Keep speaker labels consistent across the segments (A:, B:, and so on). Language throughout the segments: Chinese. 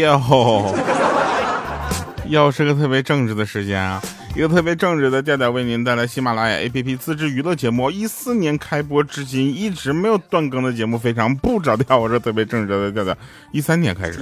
A: 哟，又是个特别正直的时间啊！一个特别正直的调调为您带来喜马拉雅 APP 自制娱乐节目，14年开播至今一直没有断更的节目，非常不着调。我是特别正直的调调，13年开始，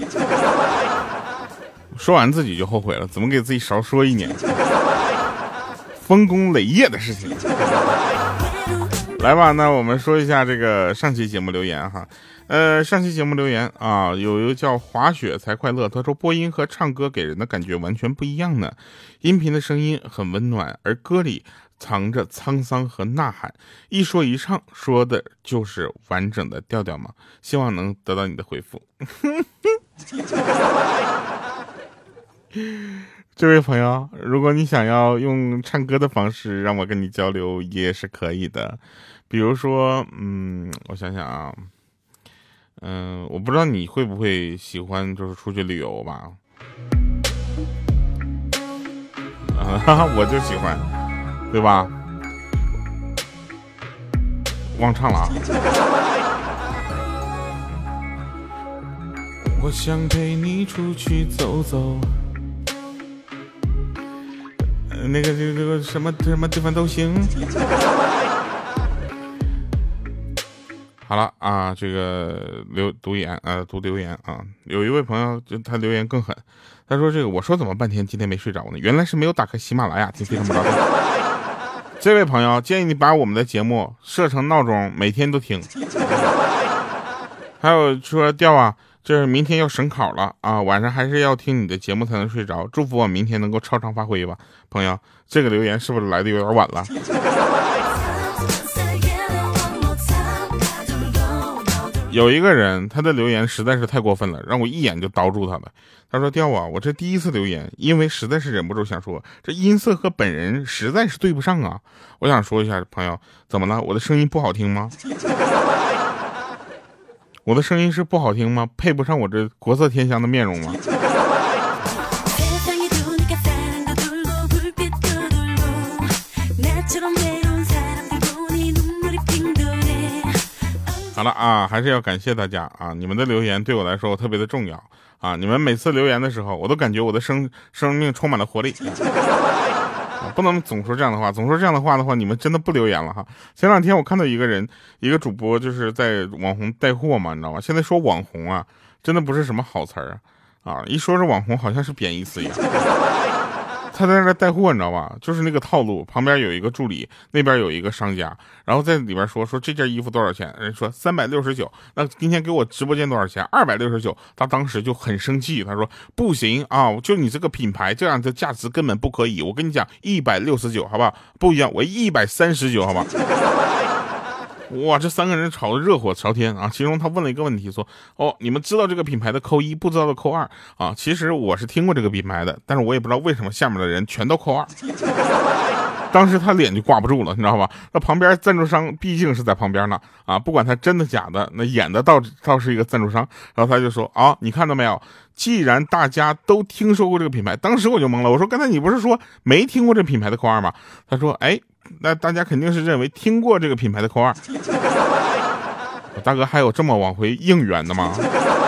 A: 说完自己就后悔了，怎么给自己少说1年？丰功累业的事情。来吧，那我们说一下这个上期节目留言哈。上期节目留言啊，有一个叫滑雪才快乐，他说播音和唱歌给人的感觉完全不一样呢。音频的声音很温暖，而歌里藏着沧桑和呐喊，一说一唱说的就是完整的调调嘛。希望能得到你的回复。这位朋友，如果你想要用唱歌的方式让我跟你交流也是可以的，比如说我想想啊，我不知道你会不会喜欢就是出去旅游吧，我就喜欢，对吧？忘唱了啊。我想陪你出去走走，那个这个什么地方都行。好了啊，这个读留言啊，有一位朋友就他留言更狠，他说这个我说怎么半天今天没睡着呢？原来是没有打开喜马拉雅听非常不着调。这位朋友建议你把我们的节目设成闹钟，每天都听。还有说调啊，这是明天要省考了啊，晚上还是要听你的节目才能睡着。祝福我明天能够超常发挥吧，朋友。这个留言是不是来的有点晚了？有一个人他的留言实在是太过分了，让我一眼就刀住他了。他说调啊，我这第一次留言，因为实在是忍不住想说，这音色和本人实在是对不上啊。我想说一下，朋友，怎么了？我的声音不好听吗？我的声音是不好听吗？配不上我这国色天香的面容吗？好了啊，还是要感谢大家啊！你们的留言对我来说特别的重要啊！你们每次留言的时候，我都感觉我的生命充满了活力。不能总说这样的话，总说这样的话，你们真的不留言了哈。前两天我看到一个主播就是在网红带货嘛，你知道吗？现在说网红啊，真的不是什么好词儿啊！一说是网红，好像是贬义词一样。他在那带货，你知道吧？就是那个套路，旁边有一个助理，那边有一个商家，然后在里边说这件衣服多少钱？人说369，那今天给我直播间多少钱？269。他当时就很生气，他说不行啊，就你这个品牌这样的价值根本不可以。我跟你讲，169，好不好？不一样，我139，好吧？哇，这三个人吵得热火朝天啊！其中他问了一个问题，说：“哦，你们知道这个品牌的扣1，不知道的扣2啊。”其实我是听过这个品牌的，但是我也不知道为什么下面的人全都扣2。当时他脸就挂不住了，你知道吧？那旁边赞助商毕竟是在旁边呢啊，不管他真的假的，那演的倒是一个赞助商。然后他就说：“啊，你看到没有？既然大家都听说过这个品牌，当时我就懵了。我说刚才你不是说没听过这品牌的扣2吗？”他说：“哎。”那大家肯定是认为听过这个品牌的扣2。大哥还有这么往回应援的吗？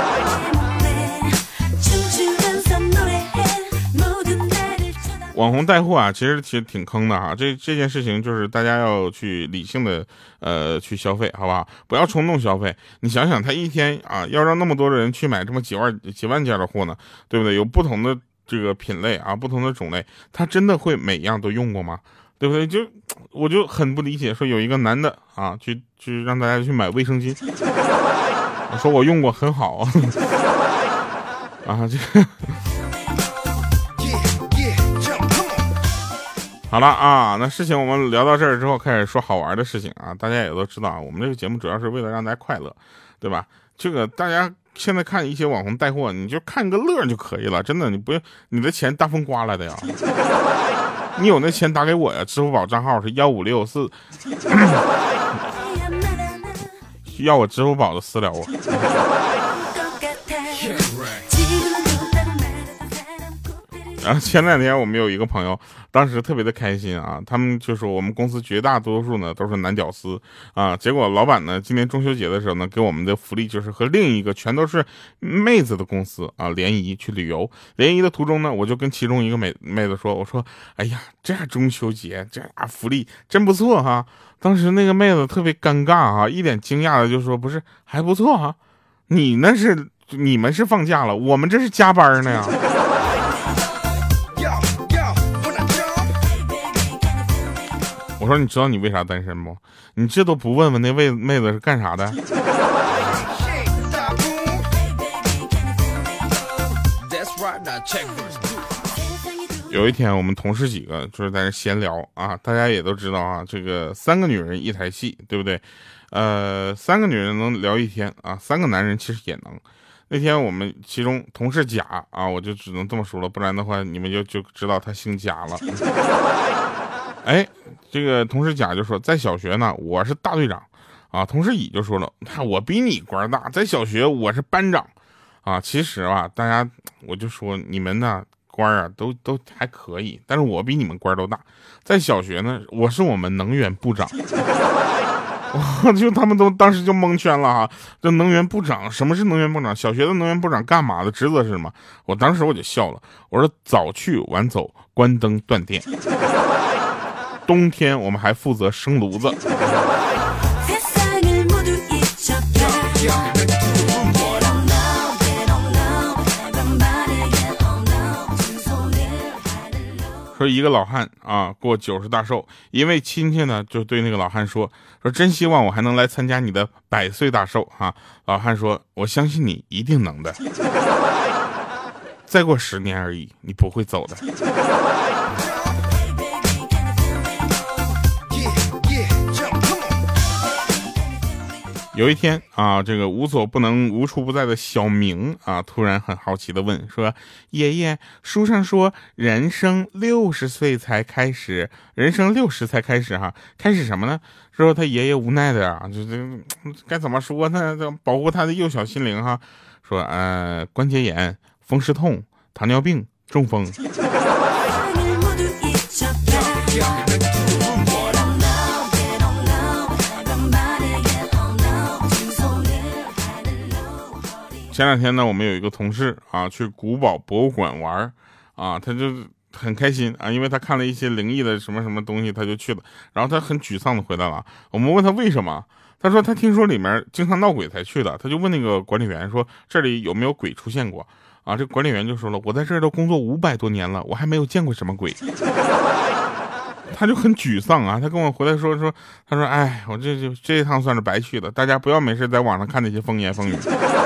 A: 网红带货啊，其实挺坑的哈。这件事情就是大家要去理性的去消费，好吧？不要冲动消费。你想想，他一天啊要让那么多人去买这么几万件的货呢，对不对？有不同的这个品类啊，不同的种类，他真的会每样都用过吗？对不对？我就很不理解，说有一个男的啊，去让大家去买卫生巾，我说我用过很好啊，这个好了啊，那事情我们聊到这儿之后，开始说好玩的事情啊。大家也都知道啊，我们这个节目主要是为了让大家快乐，对吧？这个大家现在看一些网红带货，你就看个乐就可以了，真的，你不用你的钱大风刮来的呀。你有那钱打给我呀，支付宝账号是15664，要我支付宝的私聊我。 然后前2天我们有一个朋友，当时特别的开心啊，他们就说我们公司绝大多数呢都是男屌丝啊，结果老板呢今年中秋节的时候呢，给我们的福利就是和另一个全都是妹子的公司啊联谊去旅游。联谊的途中呢，我就跟其中一个妹子说，我说哎呀，这中秋节这福利真不错哈。当时那个妹子特别尴尬啊，一脸惊讶的就说，不是还不错啊，你们是放假了，我们这是加班呢呀。我说你知道你为啥单身不？你这都不问问那妹子是干啥的？有一天我们同事几个就是在那闲聊啊，大家也都知道啊，这个3个女人一台戏，对不对？3个女人能聊一天啊，3个男人其实也能。那天我们其中同事甲啊，我就只能这么说了，不然的话你们就知道他姓贾了。哎，这个同事甲就说，在小学呢我是大队长啊。同事乙就说了，我比你官大，在小学我是班长啊。其实啊，大家我就说你们呢官啊都还可以，但是我比你们官都大。在小学呢，我是我们能源部长。就他们都当时就蒙圈了哈，这能源部长，什么是能源部长？小学的能源部长干嘛的？职责是什么？我当时我就笑了，我说早去晚走，关灯断电。冬天我们还负责生炉子。说一个老汉啊过90大寿，一位亲戚呢就对那个老汉说真希望我还能来参加你的100岁大寿啊。老汉说，我相信你一定能的，再过10年而已，你不会走的。有一天啊，这个无所不能无处不在的小明啊，突然很好奇的问说，爷爷，书上说人生60岁才开始，人生60才开始哈，开始什么呢？说他爷爷无奈的啊，就这该怎么说呢？保护他的幼小心灵哈，说关节炎、风湿痛、糖尿病、中风。前2天呢，我们有一个同事啊，去古堡博物馆玩啊，他就很开心啊，因为他看了一些灵异的什么什么东西，他就去了。然后他很沮丧的回来了。我们问他为什么，他说他听说里面经常闹鬼才去的。他就问那个管理员说，这里有没有鬼出现过啊？这管理员就说了，我在这儿都工作500多年了，我还没有见过什么鬼。他就很沮丧啊，他跟我回来说，他说，哎，我这一趟算是白去了。大家不要没事在网上看那些风言风语。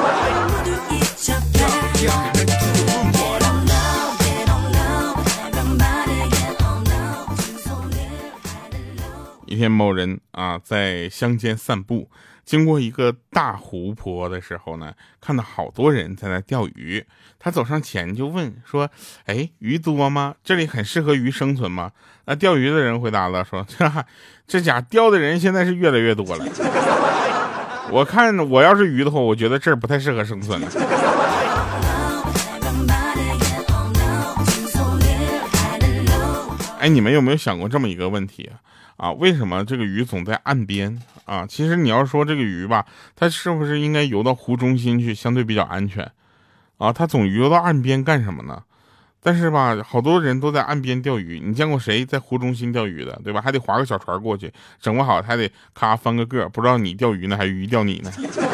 A: 一天某人啊在乡间散步，经过一个大湖泊的时候呢，看到好多人在那钓鱼。他走上前就问说，哎，鱼多吗？这里很适合鱼生存吗？那钓鱼的人回答了说，这家钓的人现在是越来越多了。我看我要是鱼的话，我觉得这儿不太适合生存了。哎，你们有没有想过这么一个问题啊？为什么这个鱼总在岸边啊？其实你要说这个鱼吧，它是不是应该游到湖中心去，相对比较安全啊？它总游到岸边干什么呢？但是吧，好多人都在岸边钓鱼，你见过谁在湖中心钓鱼的，对吧？还得划个小船过去，整不好还得咔翻个个，不知道你钓鱼呢还是鱼钓你呢。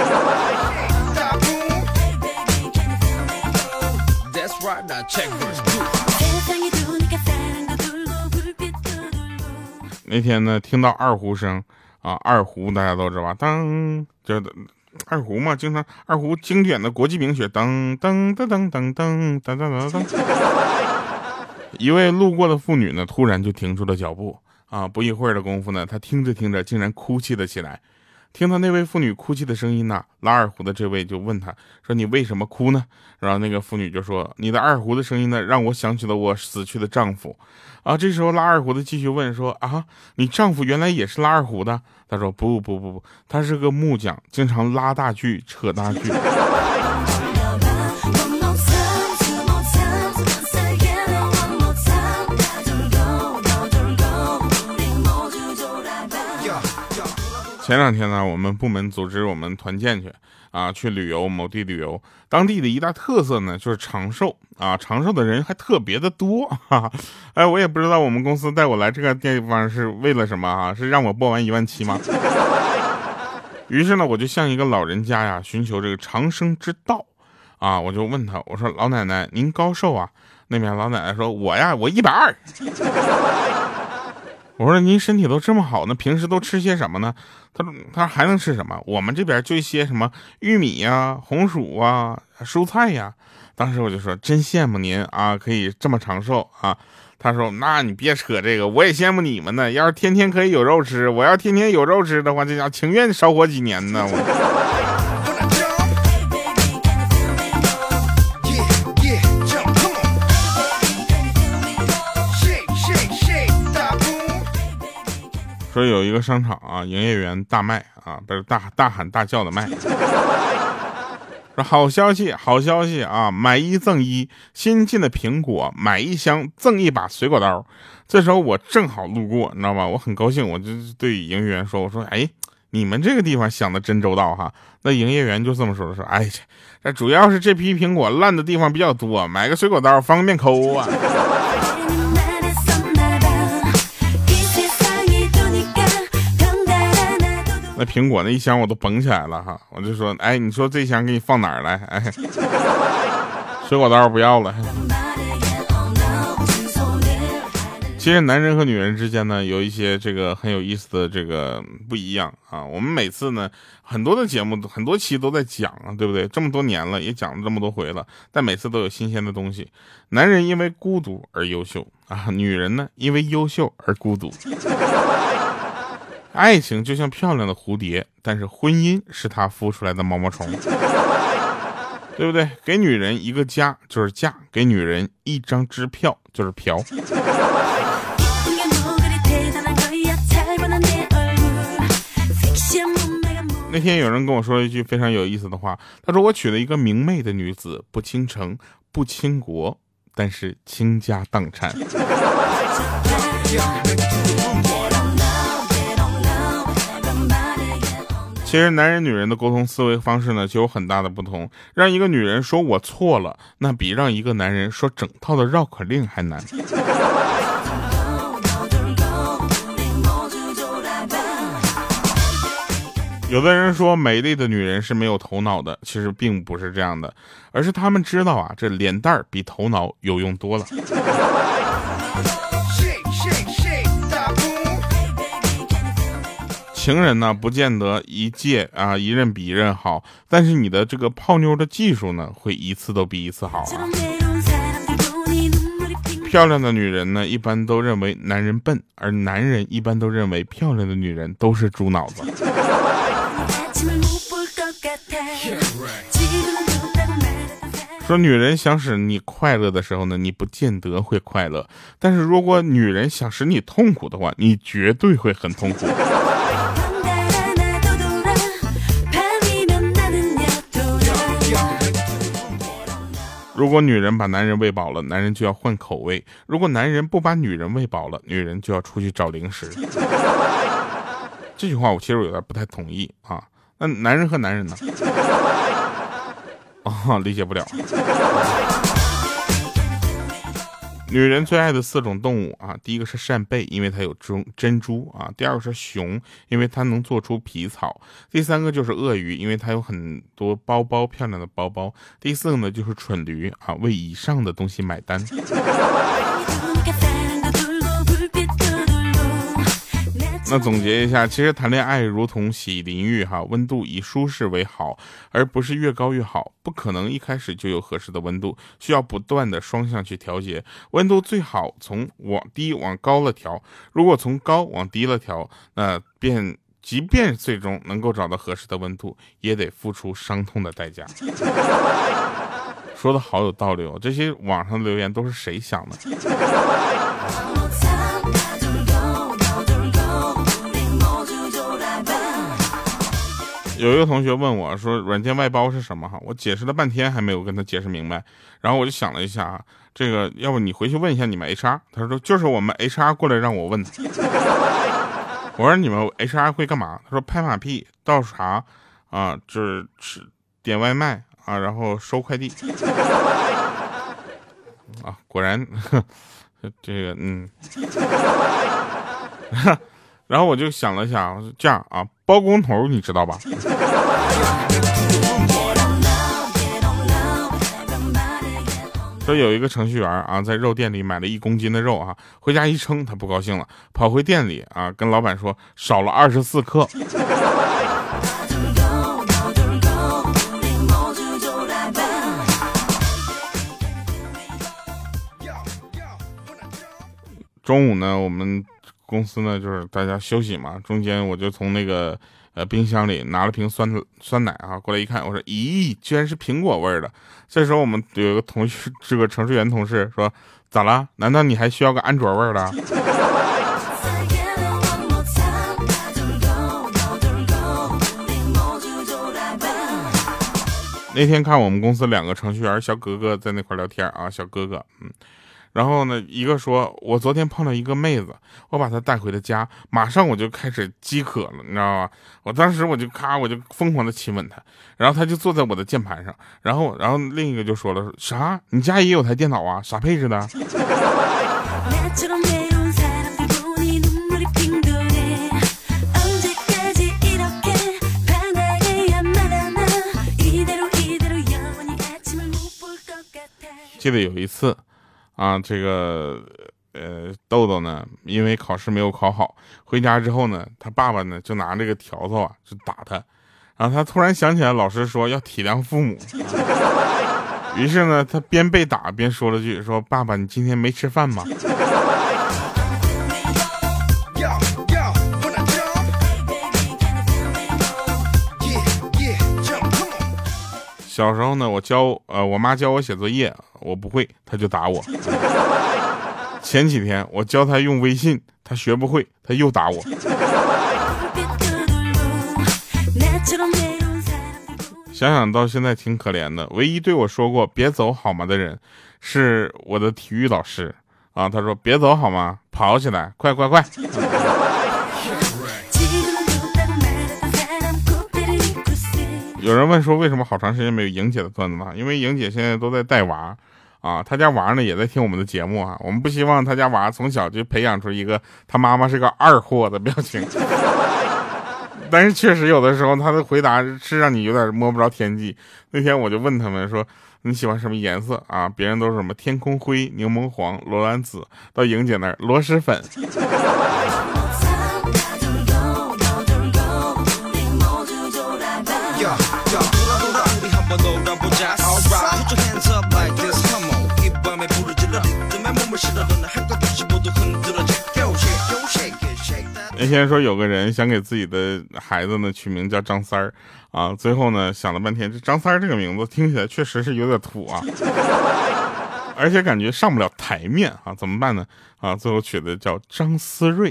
A: 那天呢，听到二胡声啊，二胡大家都知道吧？当就二胡嘛，经常二胡经典的国际名曲，噔噔噔噔噔噔噔噔噔。一位路过的妇女呢，突然就停住了脚步啊！不一会儿的功夫呢，她听着听着，竟然哭泣了起来。听到那位妇女哭泣的声音呢，拉二胡的这位就问她说：“你为什么哭呢？”然后那个妇女就说：“你的二胡的声音呢，让我想起了我死去的丈夫。”啊，这时候拉二胡的继续问说：“啊，你丈夫原来也是拉二胡的？”他说：“不，他是个木匠，经常拉大锯、扯大锯。” 前两天呢，我们部门组织我们团建去旅游某地旅游，当地的一大特色呢就是长寿长寿的人还特别的多哎，我也不知道我们公司带我来这个地方是为了什么是让我播完17000吗？于是呢，我就向一个老人家寻求这个长生之道我就问他，我说老奶奶您高寿啊？那边老奶奶说我120。我说您身体都这么好，那平时都吃些什么呢？他说还能吃什么？我们这边就一些什么玉米红薯蔬菜当时我就说真羡慕您可以这么长寿他说那你别扯这个，我也羡慕你们呢。要是天天可以有肉吃，我要天天有肉吃的话，这家情愿少活几年呢。说有一个商场营业员大卖不是大喊大叫的卖。说好消息买1赠1，新进的苹果买1箱赠1把水果刀。这时候我正好路过，你知道吧？我很高兴，我就对营业员说，我说哎，你们这个地方想的真周到那营业员就这么说，哎，这主要是这批苹果烂的地方比较多，买个水果刀方便抠那苹果那1箱我都绷起来了我就说，哎，你说这箱给你放哪儿来？哎，水果刀不要了。其实男人和女人之间呢，有一些这个很有意思的这个不一样我们每次呢，很多的节目很多期都在讲对不对？这么多年了，也讲了这么多回了，但每次都有新鲜的东西。男人因为孤独而优秀女人呢因为优秀而孤独。爱情就像漂亮的蝴蝶，但是婚姻是它孵出来的毛毛虫，对不对？给女人一个家就是嫁，给女人1张支票就是嫖。那天有人跟我说一句非常有意思的话，他说我娶了一个明媚的女子，不倾城不倾国，但是倾家荡产。其实男人女人的沟通思维方式呢就有很大的不同，让一个女人说我错了，那比让一个男人说整套的绕口令还难。有的人说美丽的女人是没有头脑的，其实并不是这样的，而是她们知道这脸蛋儿比头脑有用多了。情人呢不见得一任比一任好，但是你的这个泡妞的技术呢会一次都比一次好漂亮的女人呢一般都认为男人笨，而男人一般都认为漂亮的女人都是猪脑子。说女人想使你快乐的时候呢，你不见得会快乐，但是如果女人想使你痛苦的话，你绝对会很痛苦。如果女人把男人喂饱了，男人就要换口味；如果男人不把女人喂饱了，女人就要出去找零食。这句话我其实有点不太同意那男人和男人呢？理解不了。女人最爱的4种动物第一个是扇贝，因为它有珍珠第二个是熊，因为它能做出皮草，第3个就是鳄鱼，因为它有很多漂亮的包包，第4个呢就是蠢驴为以上的东西买单。那总结一下，其实谈恋爱如同洗淋浴温度以舒适为好，而不是越高越好，不可能一开始就有合适的温度，需要不断的双向去调节，温度最好从往低往高了调，如果从高往低了调，那即便最终能够找到合适的温度，也得付出伤痛的代价。说的好有道理这些网上的留言都是谁想的？有一个同学问我说软件外包是什么我解释了半天还没有跟他解释明白，然后我就想了一下这个要不你回去问一下你们 HR， 他说就是我们 HR 过来让我问。 我说你们 HR 会干嘛？他说拍马屁、倒茶啊，就是点外卖啊，然后收快递啊。果然，这个然后我就想了想，这样啊，包工头你知道吧？说有一个程序员啊，在肉店里买了1公斤的肉啊，回家一称，他不高兴了，跑回店里啊，跟老板说少了24克。中午呢，我们公司呢就是大家休息嘛，中间我就从那个冰箱里拿了瓶酸奶啊，过来一看，我说咦，居然是苹果味的。这时候我们有一个这个程序员同事说，咋了？难道你还需要个安卓味的？那天看我们公司2个程序员小哥哥在那块聊天啊，小哥哥，然后呢，一个说，我昨天碰到一个妹子，我把她带回了家，马上我就开始饥渴了，你知道吗？我当时我就疯狂的亲吻她，然后她就坐在我的键盘上，然后另一个就说了，啥？你家也有台电脑啊？啥配置的？记得有一次啊，这个豆豆呢，因为考试没有考好，回家之后呢，他爸爸呢就拿这个笤帚啊就打他，然后他突然想起来老师说要体谅父母，于是呢他边被打边说了句，说爸爸你今天没吃饭吗？小时候呢，我妈教我写作业，我不会，她就打我。前几天我教她用微信，她学不会，她又打我。想想到现在挺可怜的，唯一对我说过别走好吗的人是我的体育老师啊，他说别走好吗，跑起来，快。有人问说为什么好长时间没有莹姐的段子呢？因为莹姐现在都在带娃啊，她家娃呢也在听我们的节目啊，我们不希望她家娃从小就培养出一个她妈妈是个二货的表情。但是确实有的时候她的回答是让你有点摸不着天际。那天我就问他们说你喜欢什么颜色啊？别人都是什么天空灰、柠檬黄、罗兰紫，到莹姐那儿螺蛳粉。那天说有个人想给自己的孩子呢取名叫张三儿啊，最后呢想了半天，这张三儿这个名字听起来确实是有点土啊，而且感觉上不了台面啊，怎么办呢？啊，最后取的叫张思睿。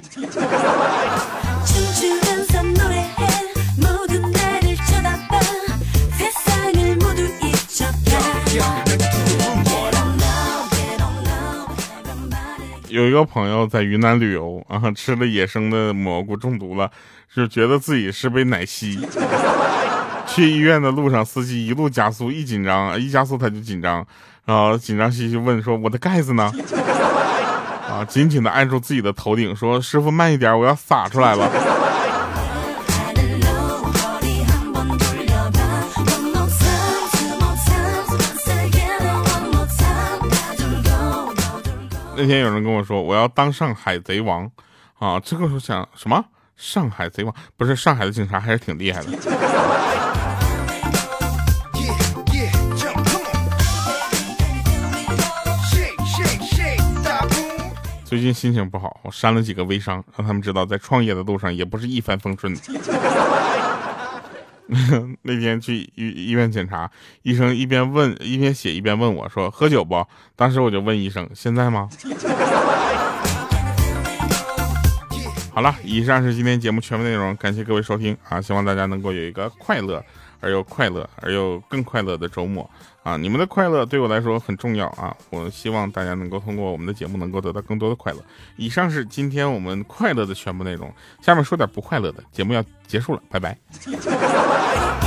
A: 有一个朋友在云南旅游啊，吃了野生的蘑菇中毒了，就觉得自己是被奶吸。去医院的路上，司机一路加速，一加速他就紧张，然后紧张兮兮问说：“我的盖子呢？”啊，紧紧的按住自己的头顶，说：“师傅慢一点，我要洒出来了。”那天有人跟我说我要当上海贼王啊，这个时候想什么上海贼王？不是，上海的警察还是挺厉害的。最近心情不好，我删了几个微商，让他们知道在创业的路上也不是一帆风顺的。那天去医院检查，医生一边写一边问我说喝酒不？当时我就问医生现在吗？好了，以上是今天节目全部内容，感谢各位收听啊！希望大家能够有一个快乐而又更快乐的周末啊，你们的快乐对我来说很重要啊！我希望大家能够通过我们的节目能够得到更多的快乐。以上是今天我们快乐的全部内容，下面说点不快乐的。节目要结束了，拜拜。